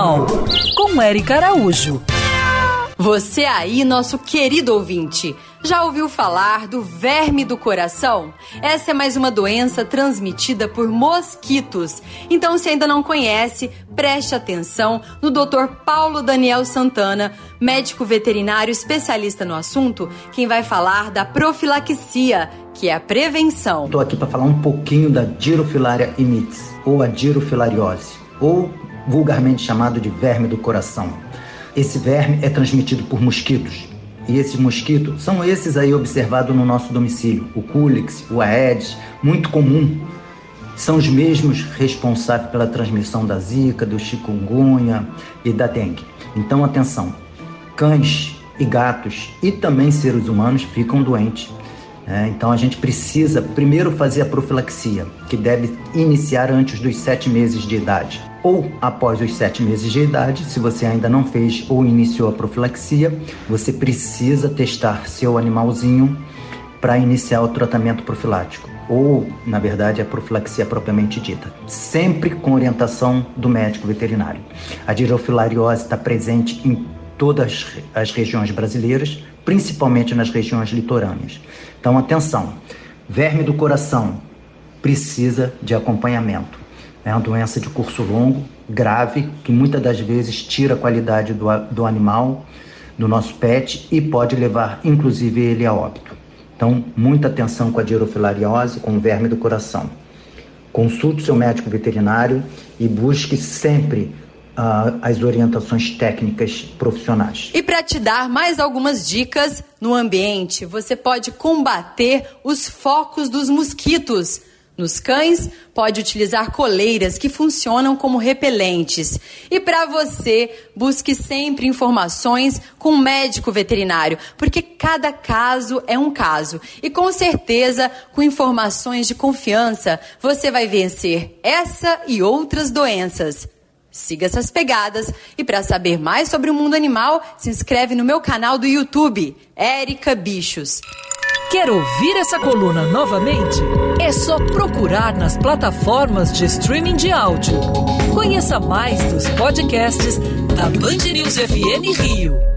Animal, com Érica Araújo. Você aí, nosso querido ouvinte, já ouviu falar do verme do coração? Essa é mais uma doença transmitida por mosquitos. Então, se ainda não conhece, preste atenção no Dr. Paulo Daniel Santana, médico veterinário especialista no assunto, quem vai falar da profilaxia, que é a prevenção. Estou aqui para falar um pouquinho da Dirofilaria imitis, ou a dirofilariose, ou vulgarmente chamado de verme do coração. Esse verme é transmitido por mosquitos. E esses mosquitos são esses aí observados no nosso domicílio. O Culex, o Aedes, muito comum. São os mesmos responsáveis pela transmissão da zika, do chikungunya e da dengue. Então, atenção, cães e gatos e também seres humanos ficam doentes. Então a gente precisa primeiro fazer a profilaxia, que deve iniciar antes dos 7 meses de idade. Ou após os 7 meses de idade, se você ainda não fez ou iniciou a profilaxia, você precisa testar seu animalzinho para iniciar o tratamento profilático. Ou, na verdade, a profilaxia propriamente dita. Sempre com orientação do médico veterinário. A dirofilariose está presente em todas as regiões brasileiras, principalmente nas regiões litorâneas. Então, atenção, verme do coração precisa de acompanhamento. É uma doença de curso longo, grave, que muitas das vezes tira a qualidade do animal, do nosso pet, e pode levar, inclusive, ele a óbito. Então, muita atenção com a dirofilariose, com o verme do coração. Consulte seu médico veterinário e busque sempre as orientações técnicas profissionais. E para te dar mais algumas dicas, no ambiente você pode combater os focos dos mosquitos. Nos cães, pode utilizar coleiras que funcionam como repelentes. E para você, busque sempre informações com um médico veterinário, porque cada caso é um caso. E com certeza, com informações de confiança, você vai vencer essa e outras doenças. Siga essas pegadas e para saber mais sobre o mundo animal, se inscreve no meu canal do YouTube, Érica Bichos. Quer ouvir essa coluna novamente? É só procurar nas plataformas de streaming de áudio. Conheça mais dos podcasts da Band News FM Rio.